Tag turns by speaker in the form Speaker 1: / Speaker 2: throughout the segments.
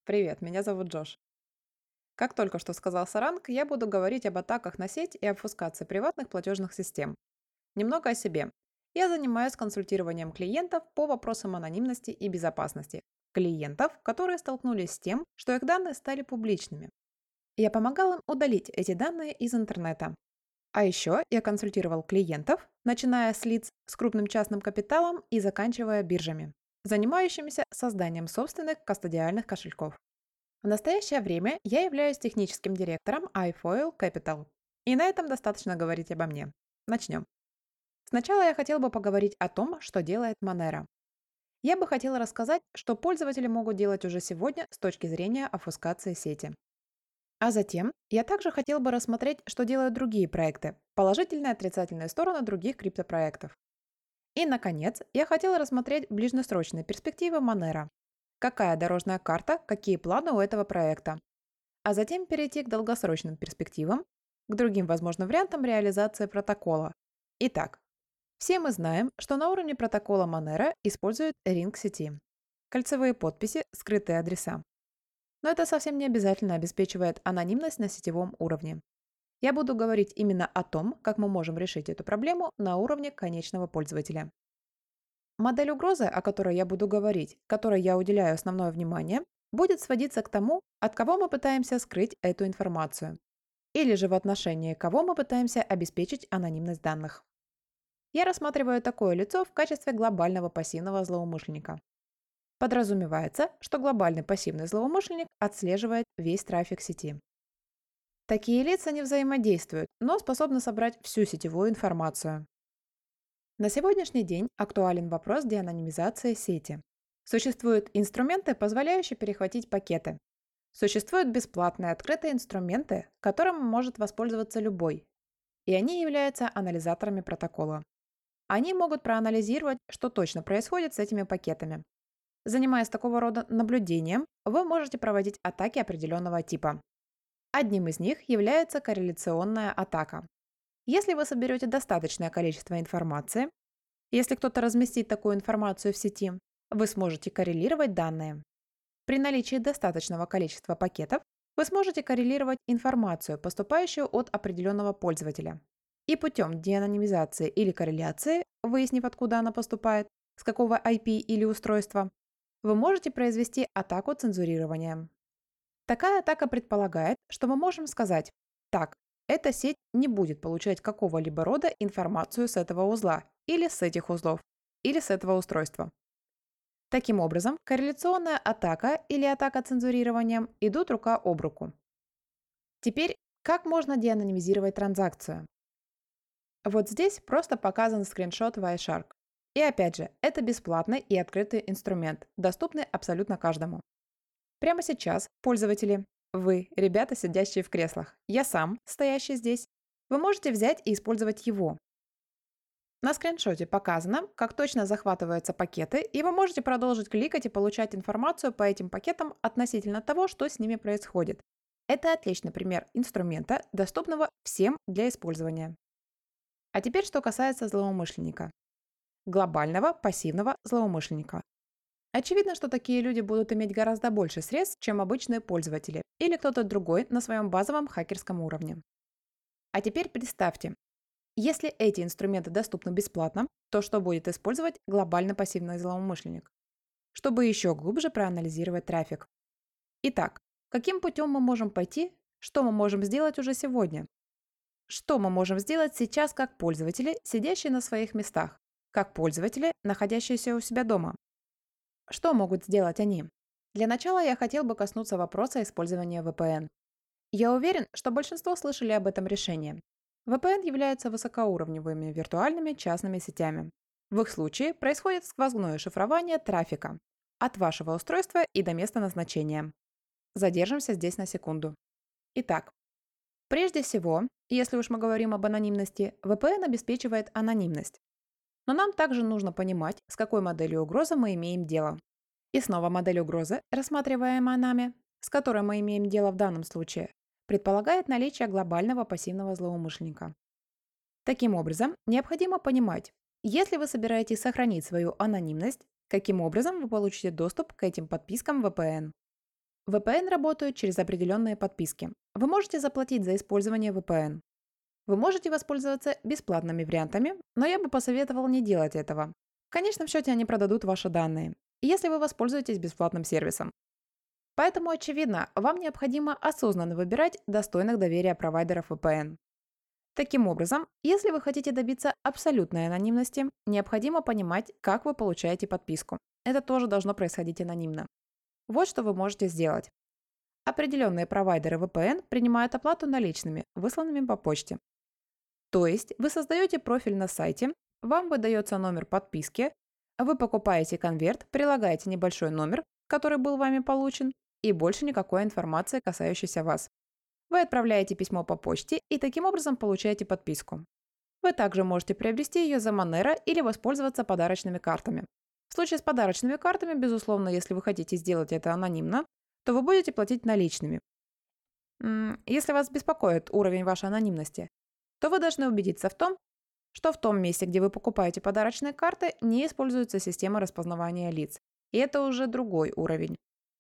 Speaker 1: Привет, меня зовут Джош. Как только что сказал Саранг, я буду говорить об атаках на сеть и обфускации приватных платежных систем. Немного о себе. Я занимаюсь консультированием клиентов по вопросам анонимности и безопасности. Клиентов, которые столкнулись с тем, что их данные стали публичными. Я помогал им удалить эти данные из интернета. А еще я консультировал клиентов, начиная с лиц с крупным частным капиталом и заканчивая биржами, занимающимися созданием собственных кастодиальных кошельков. В настоящее время я являюсь техническим директором iFoil Capital. И на этом достаточно говорить обо мне. Начнем. Сначала я хотел бы поговорить о том, что делает Monero. Я бы хотела рассказать, что пользователи могут делать уже сегодня с точки зрения офускации сети. А затем я также хотел бы рассмотреть, что делают другие проекты, положительные и отрицательные стороны других криптопроектов. И, наконец, я хотела рассмотреть ближнесрочные перспективы Monero. Какая дорожная карта, какие планы у этого проекта. А затем перейти к долгосрочным перспективам, к другим возможным вариантам реализации протокола. Итак, все мы знаем, что на уровне протокола Monero используют Ring сети, кольцевые подписи, скрытые адреса. Но это совсем не обязательно обеспечивает анонимность на сетевом уровне. Я буду говорить именно о том, как мы можем решить эту проблему на уровне конечного пользователя. Модель угрозы, о которой я буду говорить, которой я уделяю основное внимание, будет сводиться к тому, от кого мы пытаемся скрыть эту информацию, или же в отношении кого мы пытаемся обеспечить анонимность данных. Я рассматриваю такое лицо в качестве глобального пассивного злоумышленника. Подразумевается, что глобальный пассивный злоумышленник отслеживает весь трафик сети. Такие лица не взаимодействуют, но способны собрать всю сетевую информацию. На сегодняшний день актуален вопрос деанонимизации сети. Существуют инструменты, позволяющие перехватить пакеты. Существуют бесплатные открытые инструменты, которым может воспользоваться любой. И они являются анализаторами протокола. Они могут проанализировать, что точно происходит с этими пакетами. Занимаясь такого рода наблюдением, вы можете проводить атаки определенного типа. Одним из них является корреляционная атака. Если вы соберете достаточное количество информации, если кто-то разместит такую информацию в сети, вы сможете коррелировать данные. При наличии достаточного количества пакетов вы сможете коррелировать информацию, поступающую от определенного пользователя. И путем деанонимизации или корреляции, выяснив, откуда она поступает, с какого IP или устройства, вы можете произвести атаку цензурирования. Такая атака предполагает, что мы можем сказать: так, эта сеть не будет получать какого-либо рода информацию с этого узла, или с этих узлов, или с этого устройства. Таким образом, корреляционная атака или атака цензурированием идут рука об руку. Теперь, как можно деанонимизировать транзакцию? Вот здесь просто показан скриншот Wireshark. И опять же, это бесплатный и открытый инструмент, доступный абсолютно каждому. Прямо сейчас пользователи, вы, ребята, сидящие в креслах, я сам, стоящий здесь, вы можете взять и использовать его. На скриншоте показано, как точно захватываются пакеты, и вы можете продолжить кликать и получать информацию по этим пакетам относительно того, что с ними происходит. Это отличный пример инструмента, доступного всем для использования. А теперь, что касается злоумышленника. Глобального пассивного злоумышленника. Очевидно, что такие люди будут иметь гораздо больше средств, чем обычные пользователи или кто-то другой на своем базовом хакерском уровне. А теперь представьте, если эти инструменты доступны бесплатно, то что будет использовать глобально пассивный злоумышленник, чтобы еще глубже проанализировать трафик? Итак, каким путем мы можем пойти, что мы можем сделать уже сегодня? Что мы можем сделать сейчас как пользователи, сидящие на своих местах, как пользователи, находящиеся у себя дома? Что могут сделать они? Для начала я хотел бы коснуться вопроса использования VPN. Я уверен, что большинство слышали об этом решении. VPN являются высокоуровневыми виртуальными частными сетями. В их случае происходит сквозное шифрование трафика от вашего устройства и до места назначения. Задержимся здесь на секунду. Итак, прежде всего, если уж мы говорим об анонимности, VPN обеспечивает анонимность. Но нам также нужно понимать, с какой моделью угрозы мы имеем дело. И снова модель угрозы, рассматриваемая нами, с которой мы имеем дело в данном случае, предполагает наличие глобального пассивного злоумышленника. Таким образом, необходимо понимать, если вы собираетесь сохранить свою анонимность, каким образом вы получите доступ к этим подпискам VPN. VPN работают через определенные подписки. Вы можете заплатить за использование VPN. Вы можете воспользоваться бесплатными вариантами, но я бы посоветовал не делать этого. В конечном счете они продадут ваши данные, если вы воспользуетесь бесплатным сервисом. Поэтому, очевидно, вам необходимо осознанно выбирать достойных доверия провайдеров VPN. Таким образом, если вы хотите добиться абсолютной анонимности, необходимо понимать, как вы получаете подписку. Это тоже должно происходить анонимно. Вот что вы можете сделать. Определенные провайдеры VPN принимают оплату наличными, высланными по почте. То есть вы создаете профиль на сайте, вам выдается номер подписки, вы покупаете конверт, прилагаете небольшой номер, который был вами получен, и больше никакой информации, касающейся вас. Вы отправляете письмо по почте и таким образом получаете подписку. Вы также можете приобрести ее за Monero или воспользоваться подарочными картами. В случае с подарочными картами, безусловно, если вы хотите сделать это анонимно, то вы будете платить наличными. Если вас беспокоит уровень вашей анонимности, то вы должны убедиться в том, что в том месте, где вы покупаете подарочные карты, не используется система распознавания лиц. И это уже другой уровень.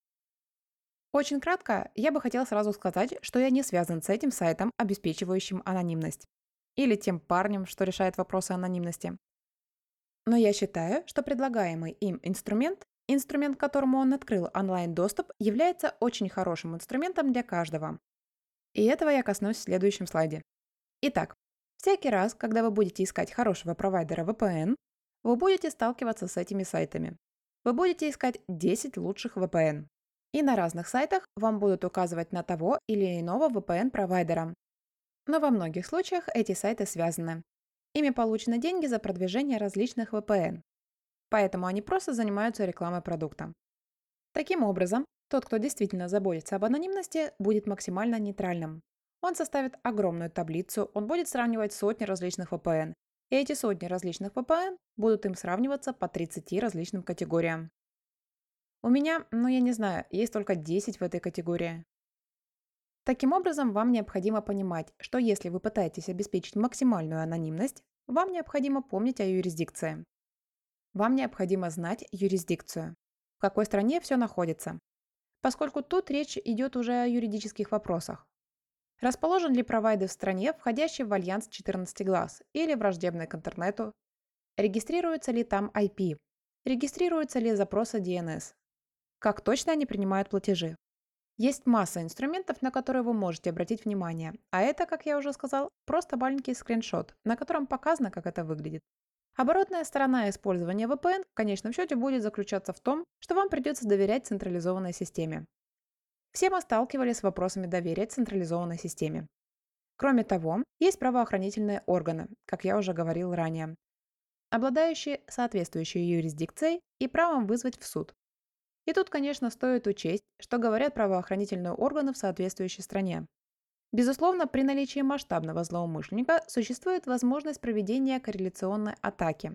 Speaker 1: Очень кратко, я бы хотела сразу сказать, что я не связан с этим сайтом, обеспечивающим анонимность. Или тем парнем, что решает вопросы анонимности. Но я считаю, что предлагаемый им инструмент, к которому он открыл онлайн-доступ, является очень хорошим инструментом для каждого. И этого я коснусь в следующем слайде. Итак, всякий раз, когда вы будете искать хорошего провайдера VPN, вы будете сталкиваться с этими сайтами. Вы будете искать 10 лучших VPN. И на разных сайтах вам будут указывать на того или иного VPN-провайдера. Но во многих случаях эти сайты связаны. Ими получены деньги за продвижение различных VPN. Поэтому они просто занимаются рекламой продукта. Таким образом, тот, кто действительно заботится об анонимности, будет максимально нейтральным. Он составит огромную таблицу, он будет сравнивать сотни различных VPN. И эти сотни различных VPN будут им сравниваться по 30 различным категориям. У меня, я не знаю, есть только 10 в этой категории. Таким образом, вам необходимо понимать, что если вы пытаетесь обеспечить максимальную анонимность, вам необходимо помнить о юрисдикции. Вам необходимо знать юрисдикцию, в какой стране все находится, поскольку тут речь идет уже о юридических вопросах. Расположен ли провайдер в стране, входящей в альянс 14 глаз или враждебный к интернету? Регистрируется ли там IP? Регистрируются ли запросы DNS? Как точно они принимают платежи? Есть масса инструментов, на которые вы можете обратить внимание, а это, как я уже сказал, просто маленький скриншот, на котором показано, как это выглядит. Оборотная сторона использования VPN в конечном счете будет заключаться в том, что вам придется доверять централизованной системе. Все мы сталкивались с вопросами доверия централизованной системе. Кроме того, есть правоохранительные органы, как я уже говорил ранее, обладающие соответствующей юрисдикцией и правом вызвать в суд. И тут, конечно, стоит учесть, что говорят правоохранительные органы в соответствующей стране. Безусловно, при наличии масштабного злоумышленника существует возможность проведения корреляционной атаки.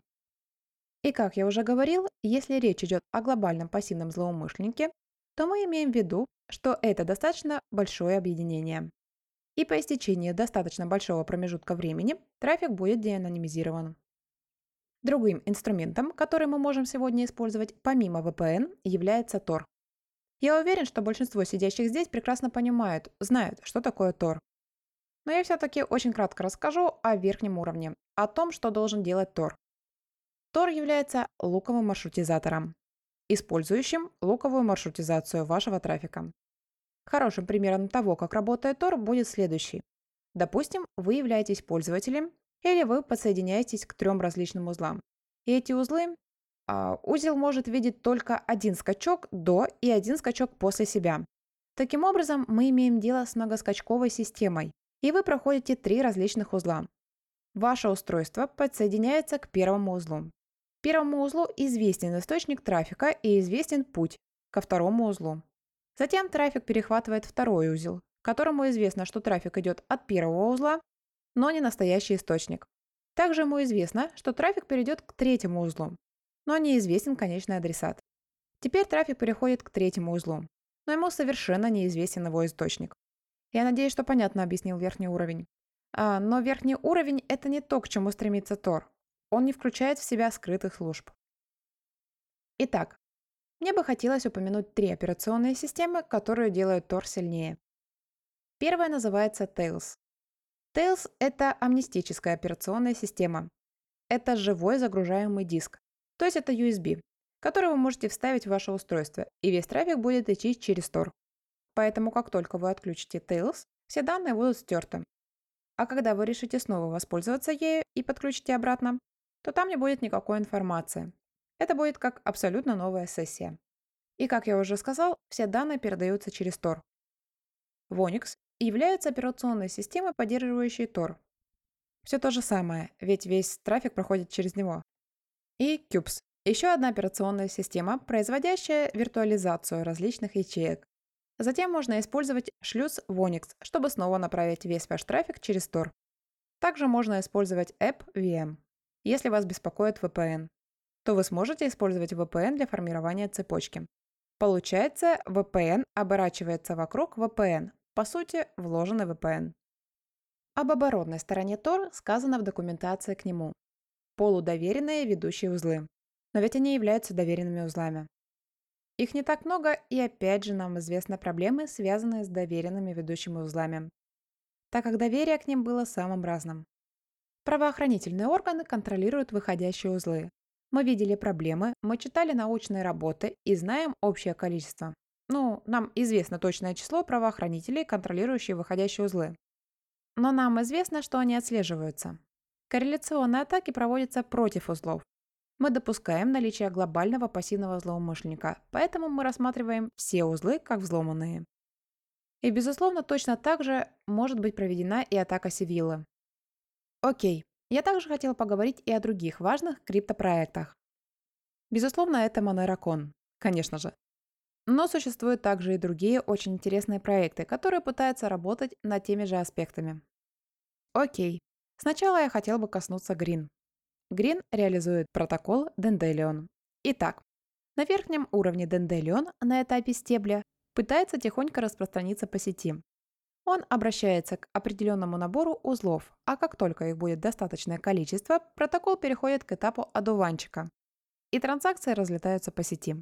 Speaker 1: И как я уже говорил, если речь идет о глобальном пассивном злоумышленнике, то мы имеем в виду, что это достаточно большое объединение. И по истечении достаточно большого промежутка времени трафик будет деанонимизирован. Другим инструментом, который мы можем сегодня использовать помимо VPN, является Tor. Я уверен, что большинство сидящих здесь прекрасно понимают, знают, что такое Tor. Но я все-таки очень кратко расскажу о верхнем уровне, о том, что должен делать Tor. Tor является луковым маршрутизатором, использующим луковую маршрутизацию вашего трафика. Хорошим примером того, как работает Tor, будет следующий. Допустим, вы являетесь пользователем, или вы подсоединяетесь к 3 различным узлам. И эти узлы, узел может видеть только один скачок до и один скачок после себя. Таким образом, мы имеем дело с многоскачковой системой, и вы проходите 3 различных узла. Ваше устройство подсоединяется к первому узлу. Первому узлу известен источник трафика и известен путь ко второму узлу. Затем трафик перехватывает второй узел, которому известно, что трафик идет от первого узла, но не настоящий источник. Также ему известно, что трафик перейдет к третьему узлу, но неизвестен конечный адресат. Теперь трафик переходит к третьему узлу, но ему совершенно неизвестен его источник. Я надеюсь, что понятно объяснил верхний уровень. Но верхний уровень – это не то, к чему стремится Tor. Он не включает в себя скрытых служб. Итак, Мне бы хотелось упомянуть три операционные системы, которые делают Tor сильнее. Первая называется Tails. Tails – это амнистическая операционная система. Это живой загружаемый диск, то есть это USB, который вы можете вставить в ваше устройство, и весь трафик будет идти через Tor. Поэтому как только вы отключите Tails, все данные будут стерты. А когда вы решите снова воспользоваться ею и подключите обратно, то там не будет никакой информации. Это будет как абсолютно новая сессия. И как я уже сказал, все данные передаются через Tor. Vonix является операционной системой, поддерживающей Tor. Все то же самое, ведь весь трафик проходит через него. И Cubes – еще одна операционная система, производящая виртуализацию различных ячеек. Затем можно использовать шлюз Vonix, чтобы снова направить весь ваш трафик через Tor. Также можно использовать App VM. Если вас беспокоит VPN, то вы сможете использовать VPN для формирования цепочки. Получается, VPN оборачивается вокруг VPN, по сути, вложенный VPN. Об оборотной стороне Tor сказано в документации к нему. Полудоверенные ведущие узлы. Но ведь они являются доверенными узлами. Их не так много, и опять же нам известны проблемы, связанные с доверенными ведущими узлами, так как доверие к ним было самым разным. Правоохранительные органы контролируют выходящие узлы. Мы видели проблемы, мы читали научные работы и знаем общее количество. Нам известно точное число правоохранителей, контролирующих выходящие узлы. Но нам известно, что они отслеживаются. Корреляционные атаки проводятся против узлов. Мы допускаем наличие глобального пассивного злоумышленника, поэтому мы рассматриваем все узлы как взломанные. И, безусловно, точно так же может быть проведена и атака Севиллы. Окей, я также хотела поговорить и о других важных криптопроектах. Безусловно, это Monero Con, конечно же. Но существуют также и другие очень интересные проекты, которые пытаются работать над теми же аспектами. Окей, сначала я хотел бы коснуться Green. Green реализует протокол Dandelion. Итак, на верхнем уровне Dandelion на этапе стебля пытается тихонько распространиться по сети. Он обращается к определенному набору узлов, а как только их будет достаточное количество, протокол переходит к этапу одуванчика, и транзакции разлетаются по сети.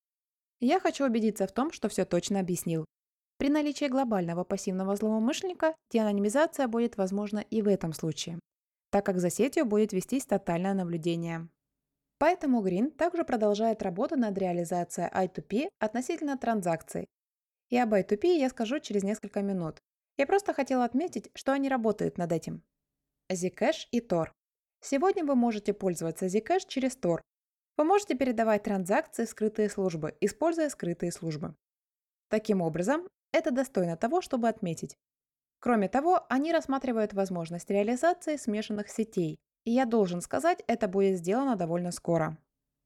Speaker 1: Я хочу убедиться в том, что все точно объяснил. При наличии глобального пассивного злоумышленника деанонимизация будет возможна и в этом случае, так как за сетью будет вестись тотальное наблюдение. Поэтому Green также продолжает работу над реализацией I2P относительно транзакций. И об I2P я скажу через несколько минут. Я просто хотела отметить, что они работают над этим. Zcash и Tor. Сегодня вы можете пользоваться Zcash через Tor. Вы можете передавать транзакции в скрытые службы, используя скрытые службы. Таким образом, это достойно того, чтобы отметить. Кроме того, они рассматривают возможность реализации смешанных сетей, и я должен сказать, это будет сделано довольно скоро.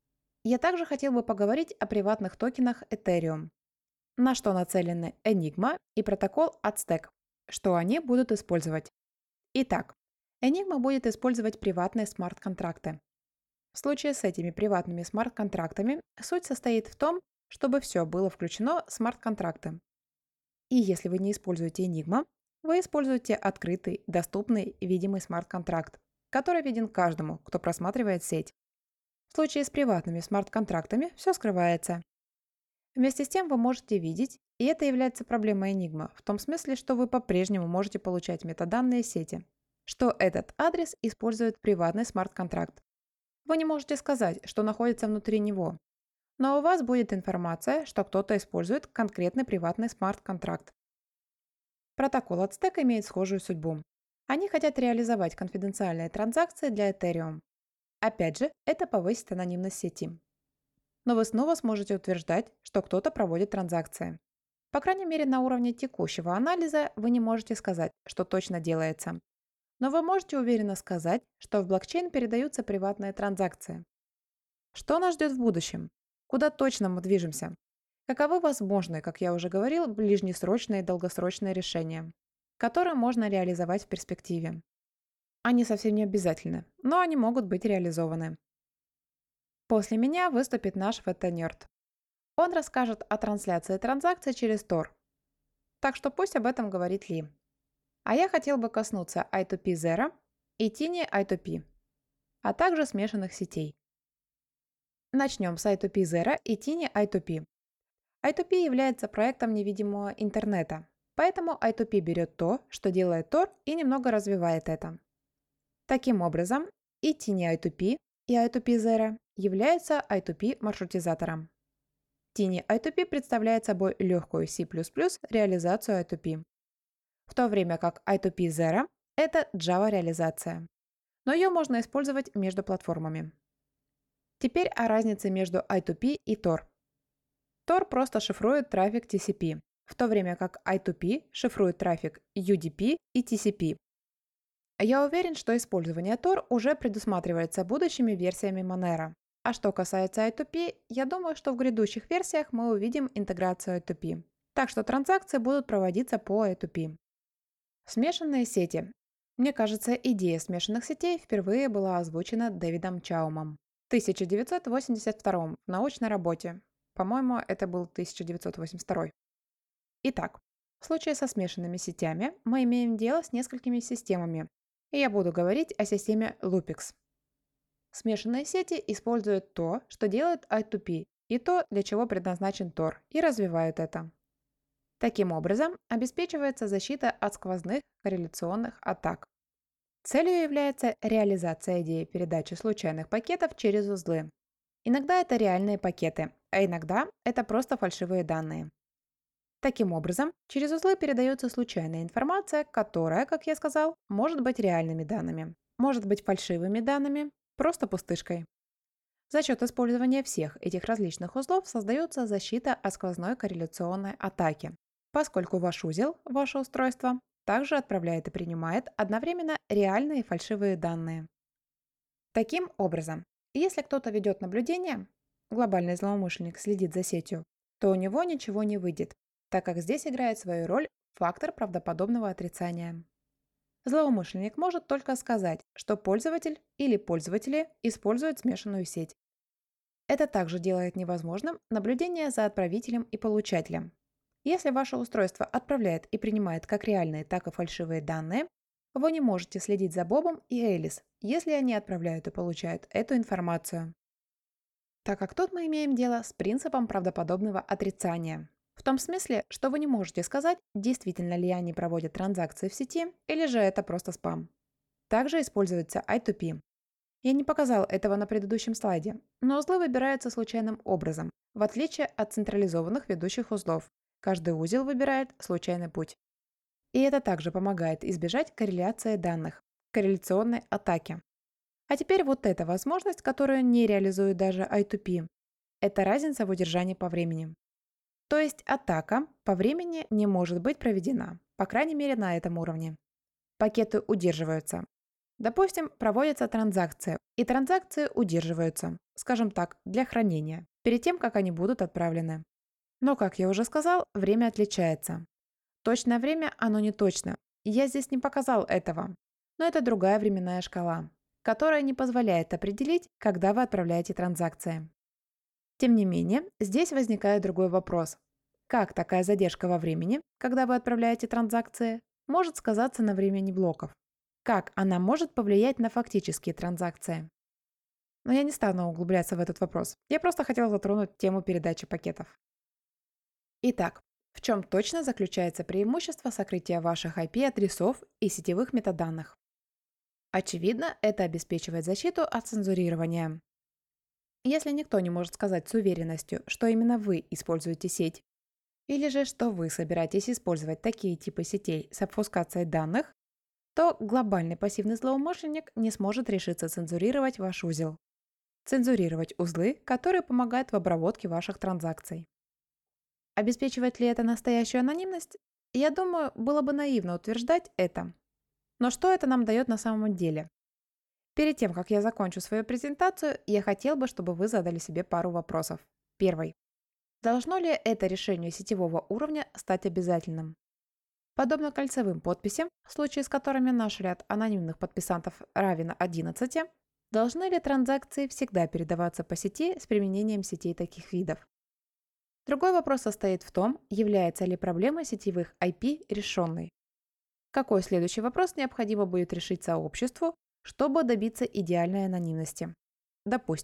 Speaker 1: Я также хотел бы поговорить о приватных токенах Ethereum, на что нацелены Enigma и протокол Aztec, что они будут использовать. Итак, Enigma будет использовать приватные смарт-контракты. В случае с этими приватными смарт-контрактами суть состоит в том, чтобы все было включено в смарт-контракты. И если вы не используете Enigma, вы используете открытый, доступный, видимый смарт-контракт, который виден каждому, кто просматривает сеть. В случае с приватными смарт-контрактами все скрывается. Вместе с тем вы можете видеть, и это является проблемой Enigma, в том смысле, что вы по-прежнему можете получать метаданные сети, что этот адрес использует приватный смарт-контракт. Вы не можете сказать, что находится внутри него, но у вас будет информация, что кто-то использует конкретный приватный смарт-контракт. Протокол Aztec имеет схожую судьбу. Они хотят реализовать конфиденциальные транзакции для Ethereum. Опять же, это повысит анонимность сети. Но вы снова сможете утверждать, что кто-то проводит транзакции. По крайней мере, на уровне текущего анализа вы не можете сказать, что точно делается. Но вы можете уверенно сказать, что в блокчейн передаются приватные транзакции. Что нас ждет в будущем? Куда точно мы движемся? Каковы возможные, как я уже говорил, ближнесрочные и долгосрочные решения, которые можно реализовать в перспективе? Они совсем не обязательны, но они могут быть реализованы. После меня выступит наш VT-нерд. Он расскажет о трансляции транзакций через Tor. Так что пусть об этом говорит Ли. А я хотел бы коснуться I2P Zero и Tiny I2P, а также смешанных сетей. Начнем с I2P Zero и Tiny I2P. I2P является проектом невидимого интернета, поэтому I2P берет то, что делает Tor, и немного развивает это. Таким образом, и Tiny I2P, и I2P Zero являются I2P маршрутизатором. Tiny I2P представляет собой легкую C++ реализацию I2P, в то время как I2P Zero – это Java реализация, но ее можно использовать между платформами. Теперь о разнице между I2P и Tor. Tor просто шифрует трафик TCP, в то время как I2P шифрует трафик UDP и TCP. Я уверен, что использование Tor уже предусматривается будущими версиями Monero. А что касается I2P, я думаю, что в грядущих версиях мы увидим интеграцию I2P. Так что транзакции будут проводиться по I2P. Смешанные сети. Мне кажется, идея смешанных сетей впервые была озвучена Дэвидом Чаумом в 1982 в научной работе. По-моему, это был 1982. Итак, в случае со смешанными сетями мы имеем дело с несколькими системами, и я буду говорить о системе Lupix. Смешанные сети используют то, что делает I2P, и то, для чего предназначен Tor, и развивают это. Таким образом, обеспечивается защита от сквозных корреляционных атак. Целью является реализация идеи передачи случайных пакетов через узлы. Иногда это реальные пакеты, а иногда это просто фальшивые данные. Таким образом, через узлы передается случайная информация, которая, как я сказал, может быть реальными данными, может быть фальшивыми данными, просто пустышкой. За счет использования всех этих различных узлов создается защита от сквозной корреляционной атаки, поскольку ваш узел, ваше устройство, также отправляет и принимает одновременно реальные и фальшивые данные. Таким образом, если кто-то ведет наблюдение, глобальный злоумышленник следит за сетью, то у него ничего не выйдет, так как здесь играет свою роль фактор правдоподобного отрицания. Злоумышленник может только сказать, что пользователь или пользователи используют смешанную сеть. Это также делает невозможным наблюдение за отправителем и получателем. Если ваше устройство отправляет и принимает как реальные, так и фальшивые данные, вы не можете следить за Бобом и Элис, если они отправляют и получают эту информацию. Так как тут мы имеем дело с принципом правдоподобного отрицания. В том смысле, что вы не можете сказать, действительно ли они проводят транзакции в сети, или же это просто спам. Также используется I2P. Я не показал этого на предыдущем слайде, но узлы выбираются случайным образом, в отличие от централизованных ведущих узлов. Каждый узел выбирает случайный путь. И это также помогает избежать корреляции данных, корреляционной атаки. А теперь вот эта возможность, которую не реализует даже I2P, это разница в удержании по времени. То есть атака по времени не может быть проведена, по крайней мере на этом уровне. Пакеты удерживаются. Допустим, проводятся транзакции, и транзакции удерживаются, скажем так, для хранения, перед тем, как они будут отправлены. Но, как я уже сказал, время отличается. Точное время оно не точно, и я здесь не показал этого, но это другая временная шкала, которая не позволяет определить, когда вы отправляете транзакции. Тем не менее, здесь возникает другой вопрос. Как такая задержка во времени, когда вы отправляете транзакции, может сказаться на времени блоков? Как она может повлиять на фактические транзакции? Но я не стану углубляться в этот вопрос. Я просто хотела затронуть тему передачи пакетов. Итак, в чем точно заключается преимущество сокрытия ваших IP-адресов и сетевых метаданных? Очевидно, это обеспечивает защиту от цензурирования. Если никто не может сказать с уверенностью, что именно вы используете сеть, или же что вы собираетесь использовать такие типы сетей с обфускацией данных, то глобальный пассивный злоумышленник не сможет решиться цензурировать ваш узел. Цензурировать узлы, которые помогают в обработке ваших транзакций. Обеспечивает ли это настоящую анонимность? Я думаю, было бы наивно утверждать это. Но что это нам дает на самом деле? Перед тем, как я закончу свою презентацию, я хотел бы, чтобы вы задали себе пару вопросов. Первый. Должно ли это решение сетевого уровня стать обязательным? Подобно кольцевым подписям, в случае с которыми наш ряд анонимных подписантов равен 11, должны ли транзакции всегда передаваться по сети с применением сетей таких видов? Другой вопрос состоит в том, является ли проблема сетевых IP решенной. Какой следующий вопрос необходимо будет решить сообществу, чтобы добиться идеальной анонимности? Допустим,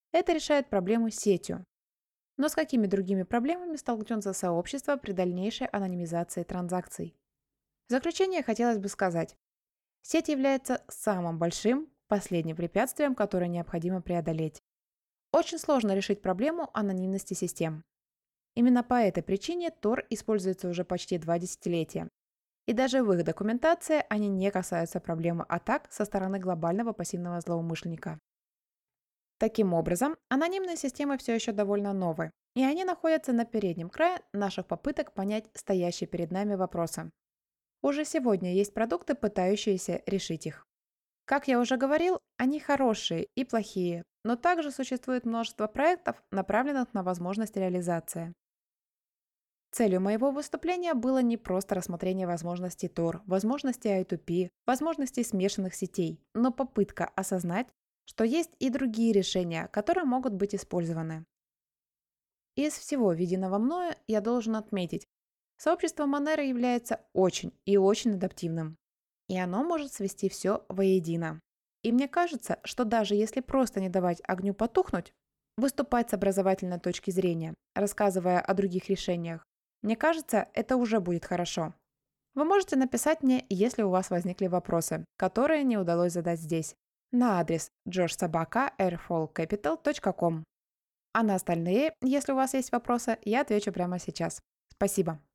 Speaker 1: Это решает проблему с сетью. Но с какими другими проблемами столкнется сообщество при дальнейшей анонимизации транзакций? В заключение хотелось бы сказать, сеть является самым большим, последним препятствием, которое необходимо преодолеть. Очень сложно решить проблему анонимности систем. Именно по этой причине Tor используется уже почти 2 десятилетия. И даже в их документации они не касаются проблемы атак со стороны глобального пассивного злоумышленника. Таким образом, анонимные системы все еще довольно новые, и они находятся на переднем крае наших попыток понять стоящие перед нами вопросы. Уже сегодня есть продукты, пытающиеся решить их. Как я уже говорил, они хорошие и плохие, но также существует множество проектов, направленных на возможность реализации. Целью моего выступления было не просто рассмотрение возможностей Tor, возможностей I2P, возможностей смешанных сетей, но попытка осознать, что есть и другие решения, которые могут быть использованы. Из всего виденного мною я должен отметить, сообщество Monero является очень и очень адаптивным, и оно может свести все воедино. И мне кажется, что даже если просто не давать огню потухнуть, выступать с образовательной точки зрения, рассказывая о других решениях, мне кажется, это уже будет хорошо. Вы можете написать мне, если у вас возникли вопросы, которые не удалось задать здесь, на адрес joshsobaka@airfallcapital.com. А на остальные, если у вас есть вопросы, я отвечу прямо сейчас. Спасибо.